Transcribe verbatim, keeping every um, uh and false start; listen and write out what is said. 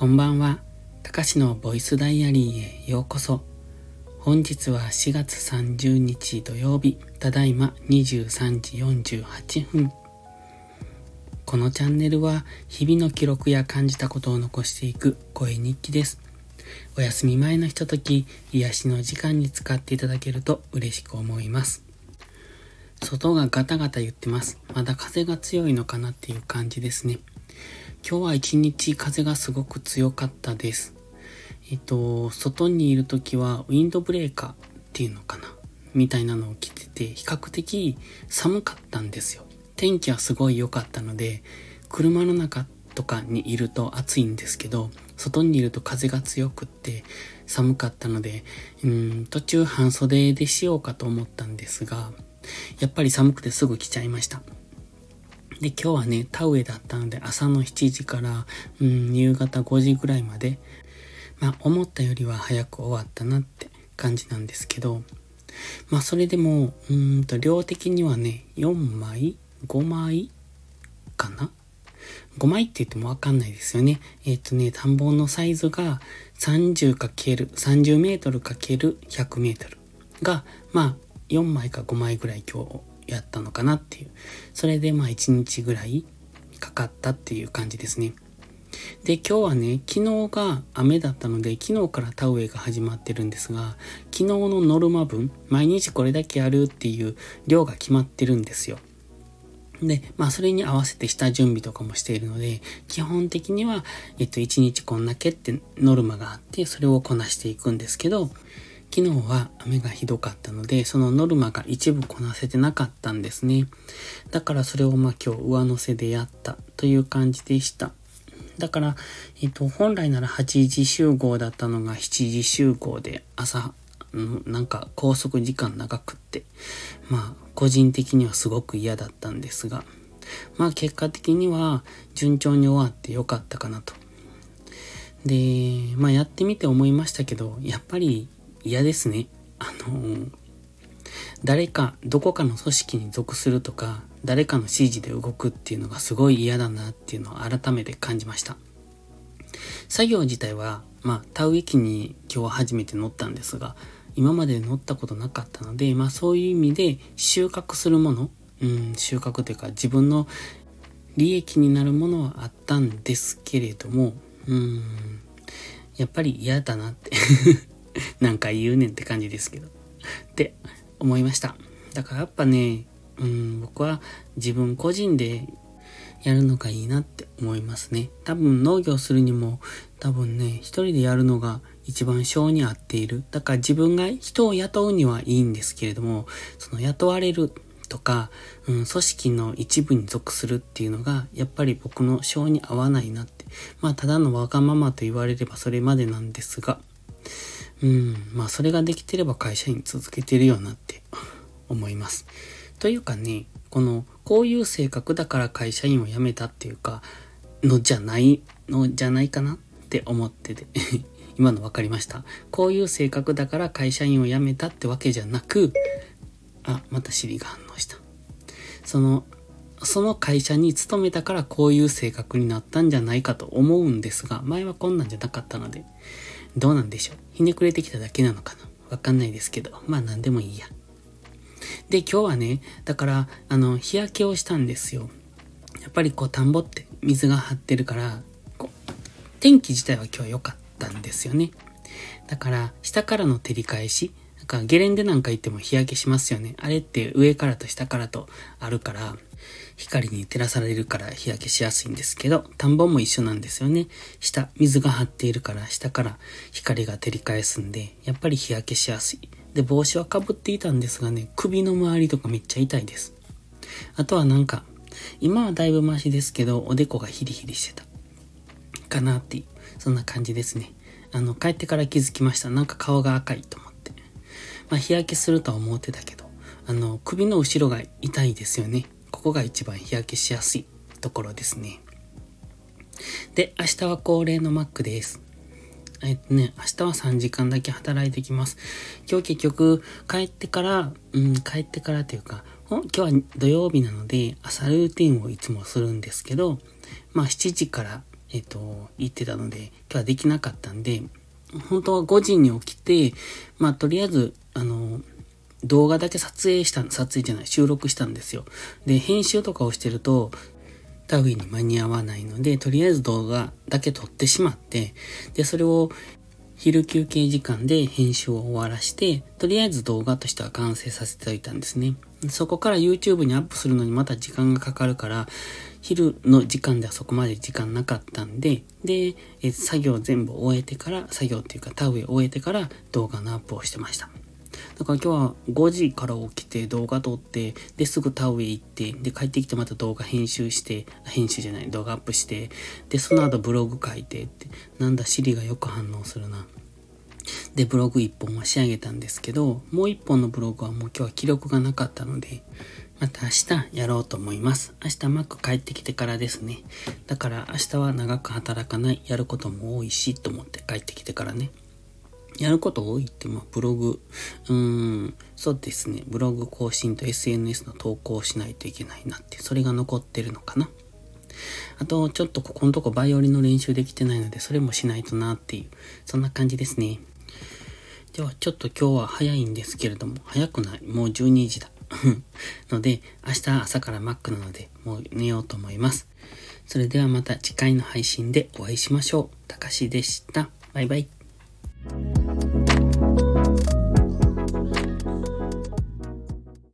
こんばんは。たかしのボイスダイアリーへようこそ。本日はしがつさんじゅうにち土曜日、ただいまにじゅうさんじよんじゅうはっぷん。このチャンネルは日々の記録や感じたことを残していく声日記です。お休み前のひととき、癒しの時間に使っていただけると嬉しく思います。外がガタガタ言ってます。まだ風が強いのかなっていう感じですね。今日は一日風がすごく強かったです。えっと、外にいるときはウィンドブレーカーっていうのかなみたいなのを着てて、比較的寒かったんですよ。天気はすごい良かったので、車の中とかにいると暑いんですけど、外にいると風が強くって寒かったので、うーん、途中半袖でしようかと思ったんですが、やっぱり寒くてすぐ着ちゃいました。で、今日はね、田植えだったので朝のしちじから、うん、夕方ごじぐらいまで、まあ思ったよりは早く終わったなって感じなんですけど、まあそれでも、うーんと量的にはね、よんまい ?ご 枚かな ?ご 枚って言ってもわかんないですよね。えっとね、田んぼのサイズが さんじゅうかけるさんじゅうメートルかけるひゃくメートルが、まあよんまいかごまいぐらい今日やったのかなっていう。それでまあいちにちぐらいかかったっていう感じですね。で、今日はね、昨日が雨だったので、昨日から田植えが始まってるんですが、昨日のノルマ分、毎日これだけやるっていう量が決まってるんですよ。で、まあそれに合わせて下準備とかもしているので、基本的には、えっと、いちにちこんだけってノルマがあって、それをこなしていくんですけど、昨日は雨がひどかったので、そのノルマが一部こなせてなかったんですね。だからそれをまあ今日上乗せでやったという感じでした。だから、えっと、本来ならはちじ集合だったのがしちじ集合で朝、なんか拘束時間長くって、まあ個人的にはすごく嫌だったんですが、まあ結果的には順調に終わってよかったかなと。で、まあやってみて思いましたけど、やっぱり嫌ですね。あの、誰か、どこかの組織に属するとか、誰かの指示で動くっていうのがすごい嫌だなっていうのを改めて感じました。作業自体は、まあ、田植え機に今日初めて乗ったんですが、今まで乗ったことなかったので、まあそういう意味で収穫するもの、うん、収穫というか自分の利益になるものはあったんですけれども、うん、やっぱり嫌だなって。なんか言うねんって感じですけどって思いました。だからやっぱね、うん、僕は自分個人でやるのがいいなって思いますね。多分農業するにも多分ね、一人でやるのが一番性に合っている。だから自分が人を雇うにはいいんですけれども、その雇われるとか、うん、組織の一部に属するっていうのがやっぱり僕の性に合わないなって。まあただのわがままと言われればそれまでなんですが、うん、まあそれができてれば会社員続けてるよなって思います。というかね、このこういう性格だから会社員を辞めたっていうかのじゃないのじゃないかなって思ってて今の分かりました。こういう性格だから会社員を辞めたってわけじゃなく、あ、また尻が反応した。そのその会社に勤めたからこういう性格になったんじゃないかと思うんですが、前はこんなんじゃなかったので、どうなんでしょう。ひねくれてきただけなのかな。わかんないですけど、まあなんでもいいや。で、今日はね、だから、あの、日焼けをしたんですよ。やっぱりこう、田んぼって水が張ってるから、こう、天気自体は今日は良かったんですよね。だから、下からの照り返し、なんかゲレンデなんか行っても日焼けしますよね。あれって上からと下からとあるから、光に照らされるから日焼けしやすいんですけど、田んぼも一緒なんですよね。下、水が張っているから下から光が照り返すんで、やっぱり日焼けしやすい。で、帽子はかぶっていたんですがね、首の周りとかめっちゃ痛いです。あとはなんか、今はだいぶマシですけど、おでこがヒリヒリしてた。かなっていう、そんな感じですね。あの、帰ってから気づきました。なんか顔が赤いと思って。まあ、日焼けするとは思ってたけど、あの、首の後ろが痛いですよね。ここが一番日焼けしやすいところですね。で、明日は恒例のマックです。えっとね、明日はさんじかんだけ働いてきます。今日結局帰ってから、うん、帰ってからというか、今日は土曜日なので朝ルーティンをいつもするんですけど、まあしちじから、 えっと、言ってたので、今日はできなかったんで、本当はごじに起きて、まあ、とりあえず、あの、動画だけ撮影した、撮影じゃない、収録したんですよ。で、編集とかをしてると、田植えに間に合わないので、とりあえず動画だけ撮ってしまって、で、それを昼休憩時間で編集を終わらして、とりあえず動画としては完成させておいたんですね。そこから YouTube にアップするのにまた時間がかかるから、昼の時間ではそこまで時間なかったんで、で、え作業全部終えてから、作業っていうか田植え終えてから動画のアップをしてました。だから今日はごじから起きて動画撮って、で、すぐ田植え行って、で、帰ってきてまた動画編集して、編集じゃない、動画アップして、で、その後ブログ書いてって、なんだ、Siriがよく反応するな。で、ブログいっぽんは仕上げたんですけど、もういっぽんのブログはもう今日は記録がなかったので、また明日やろうと思います。明日マック帰ってきてからですね。だから明日は長く働かない、やることも多いし、と思って帰ってきてからね。やること多いって、まあ、ブログ、うーん、そうですね、ブログ更新と エスエヌエス の投稿をしないといけないなって、それが残ってるのかな。あと、ちょっとここのとこバイオリンの練習できてないので、それもしないとなっていう、そんな感じですね。では、ちょっと今日は早いんですけれども、早くない、もうじゅうにじだ。ので、明日朝からマックなので、もう寝ようと思います。それではまた次回の配信でお会いしましょう。たかしでした。バイバイ。